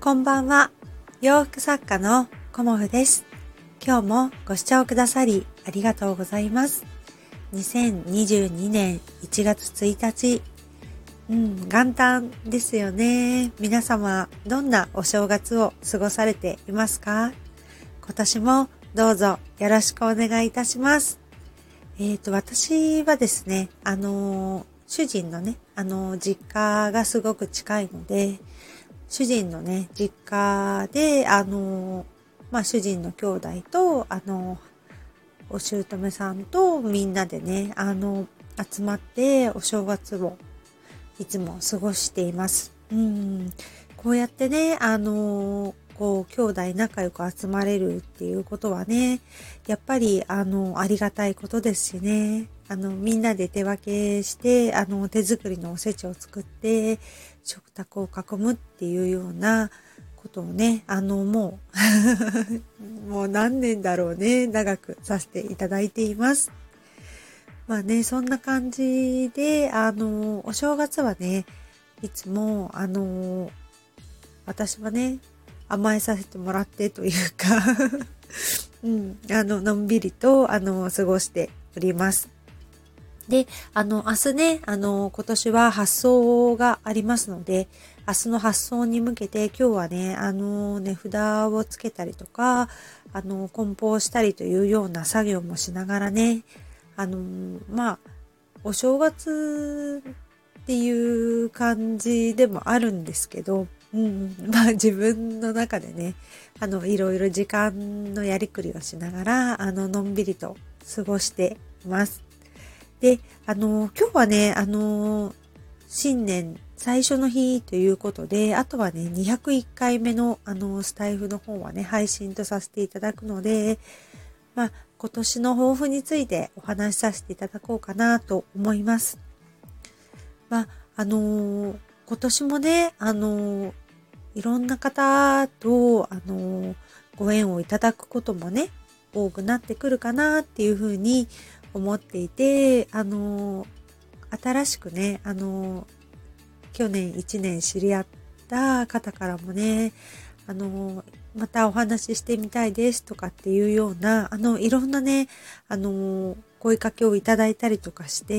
こんばんは。洋服作家のコモフです。今日もご視聴くださりありがとうございます。2022年1月1日、元旦ですよね。皆様、どんなお正月を過ごされていますか？今年もどうぞよろしくお願いいたします。私はですね、主人のね、実家がすごく近いので、主人のね、実家で、主人の兄弟と、お姑さんとみんなでね、集まってお正月をいつも過ごしています。こうやってね、兄弟仲良く集まれるっていうことはね、やっぱり、ありがたいことですしね。みんなで手分けして、手作りのおせちを作って、食卓を囲むっていうようなことをね、もう、もう何年だろうね、長くさせていただいています。まあね、そんな感じで、お正月はね、いつも、私はね、甘えさせてもらってというかのんびりと、過ごしております。で、明日ね、今年は発送がありますので、明日の発送に向けて今日はね、値札をつけたりとか、梱包したりというような作業もしながらね、お正月っていう感じでもあるんですけど、自分の中でね、いろいろ時間のやりくりをしながら、のんびりと過ごしています。で、今日はね、新年最初の日ということで、あとはね、201回目の、スタイフの方はね、配信とさせていただくので、今年の抱負についてお話しさせていただこうかなと思います。今年もね、いろんな方と、ご縁をいただくこともね、多くなってくるかなっていうふうに思っていて、新しくね、去年1年知り合った方からもね、またお話ししてみたいですとかっていうような、いろんなね、声かけをいただいたりとかして、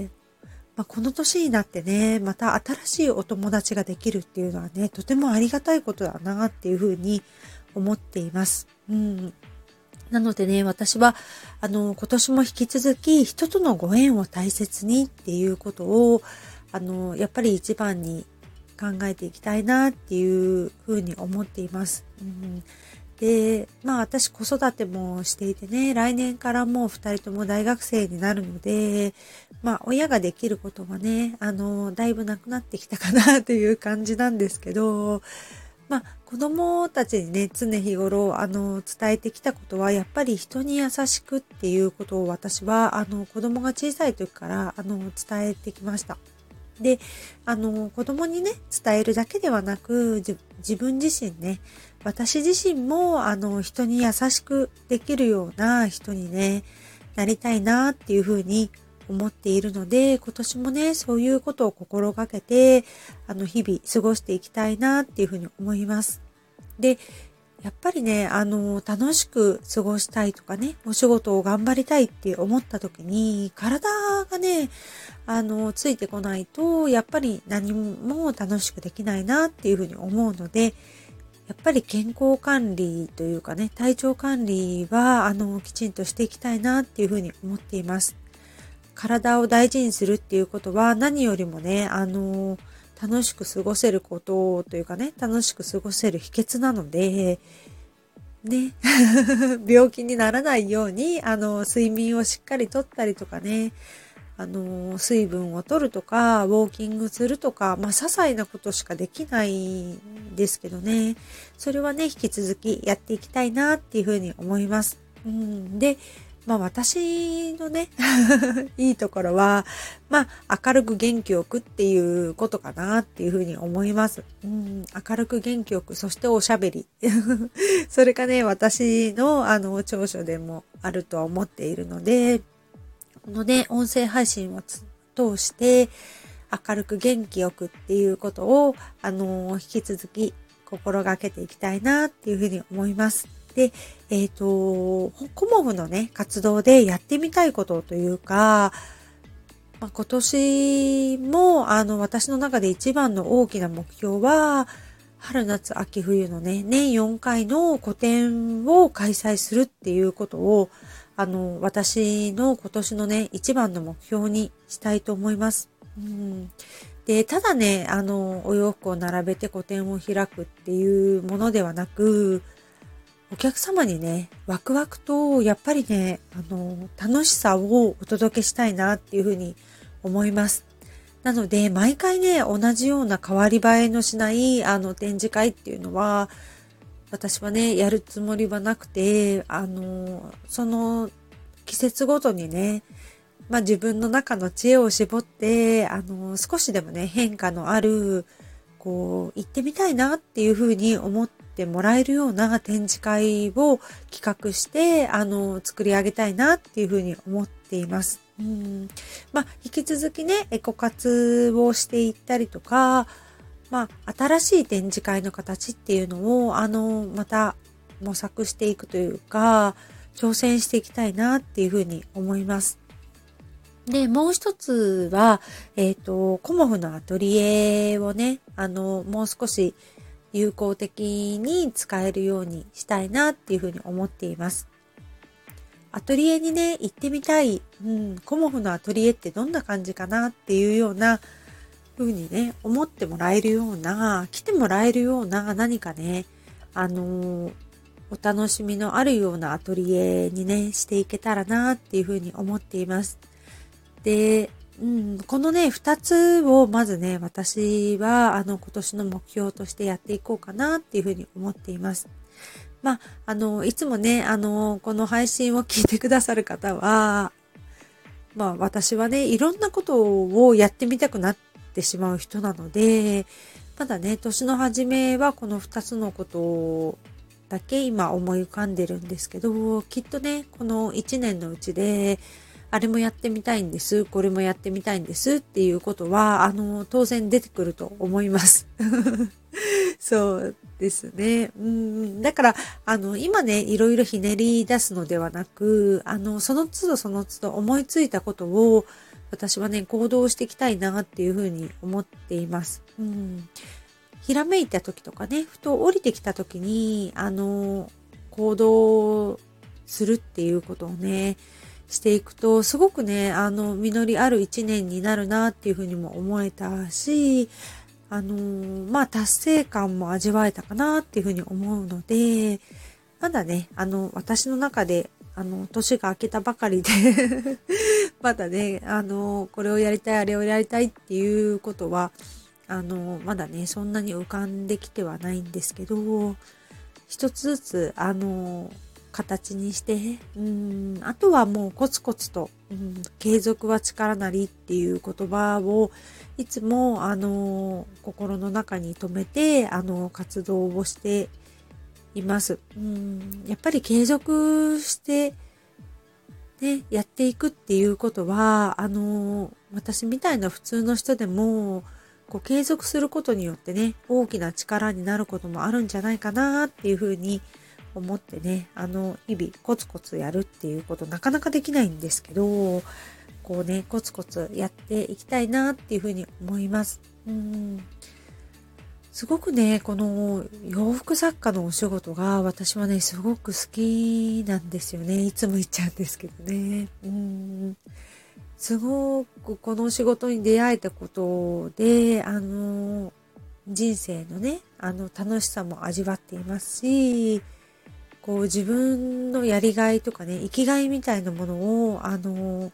この年になってね、また新しいお友達ができるっていうのはね、とてもありがたいことだなっていうふうに思っています。なのでね、私は、今年も引き続き人とのご縁を大切にっていうことを、やっぱり一番に考えていきたいなっていうふうに思っています。で、私子育てもしていてね、来年からもう2人とも大学生になるので、親ができることはね、だいぶなくなってきたかなという感じなんですけど、子供たちにね、常日頃、伝えてきたことは、やっぱり人に優しくっていうことを私は、子供が小さい時から、伝えてきました。で、子供にね、伝えるだけではなく、自分自身ね、私自身も、人に優しくできるような人にね、なりたいなっていうふうに思っているので、今年もね、そういうことを心がけて、日々過ごしていきたいなっていうふうに思います。で、やっぱりね、楽しく過ごしたいとかね、お仕事を頑張りたいって思った時に、体がね、ついてこないと、やっぱり何も楽しくできないなっていうふうに思うので、やっぱり健康管理というかね、体調管理は、きちんとしていきたいなっていうふうに思っています。体を大事にするっていうことは何よりもね、楽しく過ごせることというかね、楽しく過ごせる秘訣なので、ね、病気にならないように、睡眠をしっかりとったりとかね、水分を取るとか、ウォーキングするとか、些細なことしかできないんですけどね、それはね、引き続きやっていきたいなっていうふうに思います。で、私のねいいところは、明るく元気よくっていうことかなっていうふうに思います。明るく元気よく、そしておしゃべり。それがね、私の長所でもあるとは思っているので、このね、音声配信を通して明るく元気よくっていうことを、引き続き心がけていきたいなっていうふうに思います。で、コモフのね、活動でやってみたいことというか、今年も、私の中で一番の大きな目標は、春夏秋冬のね、年4回の個展を開催するっていうことを、私の今年のね、一番の目標にしたいと思います。で、ただね、お洋服を並べて個展を開くっていうものではなく、お客様にね、ワクワクと、やっぱりね、楽しさをお届けしたいなっていうふうに思います。なので、毎回ね、同じような変わり映えのしない、展示会っていうのは、私はね、やるつもりはなくて、その季節ごとにね、自分の中の知恵を絞って、少しでもね、変化のある、行ってみたいなっていうふうに思ってもらえるような展示会を企画して、作り上げたいなっていうふうに思っています。引き続きね、エコ活をしていったりとか、新しい展示会の形っていうのを、また模索していくというか、挑戦していきたいなっていうふうに思います。で、もう一つは、コモフのアトリエをね、もう少し有効的に使えるようにしたいなっていうふうに思っています。アトリエにね、行ってみたい、コモフのアトリエってどんな感じかなっていうような風にね、思ってもらえるような、来てもらえるような何かね、お楽しみのあるようなアトリエにね、していけたらなっていう風に思っています。で、このね、二つをまずね、私は、今年の目標としてやっていこうかなっていう風に思っています。いつもね、この配信を聞いてくださる方は、私はね、いろんなことをやってみたくなってしまう人なので、まだね、年の初めはこの二つのことだけ今思い浮かんでるんですけど、きっとね、この一年のうちで、あれもやってみたいんです、これもやってみたいんですっていうことは、当然出てくると思います。そうですね。だから、今ね、いろいろひねり出すのではなく、その都度その都度思いついたことを、私はね、行動していきたいなっていうふうに思っています。ひらめいた時とかね、ふと降りてきた時に、行動するっていうことをね、していくと、すごくね、実りある一年になるなっていうふうにも思えたし、達成感も味わえたかなっていうふうに思うので、まだね、私の中で、年が明けたばかりでまだね、これをやりたい、あれをやりたいっていうことは、まだね、そんなに浮かんできてはないんですけど、一つずつ、形にして、あとはもうコツコツと、継続は力なりっていう言葉をいつも心の中に留めて活動をしています。やっぱり継続してね、やっていくっていうことは私みたいな普通の人でも継続することによってね、大きな力になることもあるんじゃないかなっていうふうに思ってね、日々コツコツやるっていうことなかなかできないんですけど、コツコツやっていきたいなっていうふうに思います。すごくね、この洋服作家のお仕事が私はね、すごく好きなんですよね。いつも言っちゃうんですけどね。すごくこの仕事に出会えたことで、人生のね、楽しさも味わっていますし、自分のやりがいとかね、生きがいみたいなものを、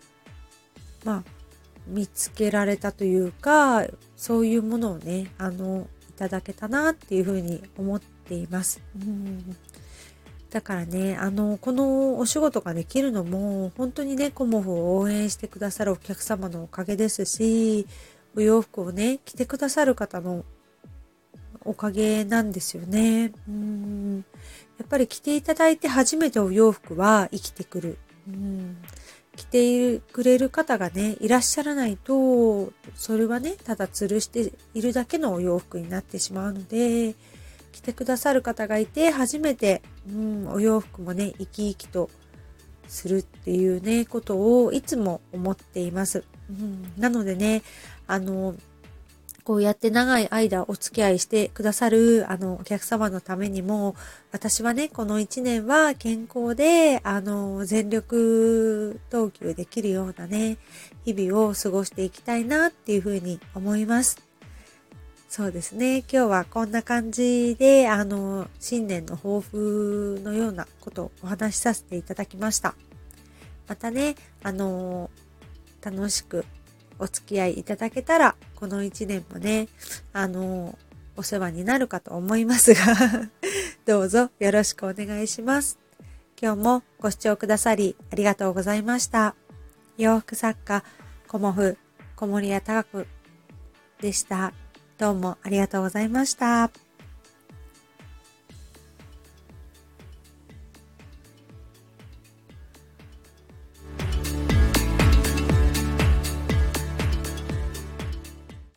見つけられたというか、そういうものをね、いただけたなっていうふうに思っています。だからね、このお仕事ができるのも、本当にね、コモフを応援してくださるお客様のおかげですし、お洋服をね、着てくださる方のおかげなんですよね。やっぱり着ていただいて初めてお洋服は生きてくる。着てくれる方がね、いらっしゃらないと、それはね、ただ吊るしているだけのお洋服になってしまうので、 着てくださる方がいて、初めて、お洋服もね、生き生きとするっていうね、ことをいつも思っています。なのでね、こうやって長い間お付き合いしてくださるお客様のためにも、私はね、この1年は健康で全力投球できるようなね、日々を過ごしていきたいなっていうふうに思います。そうですね。今日はこんな感じで新年の抱負のようなことをお話しさせていただきました。またね、楽しくお付き合いいただけたら、この1年もね、お世話になるかと思いますが、どうぞよろしくお願いします。今日もご視聴くださりありがとうございました。洋服作家、コモフ、小森屋隆子でした。どうもありがとうございました。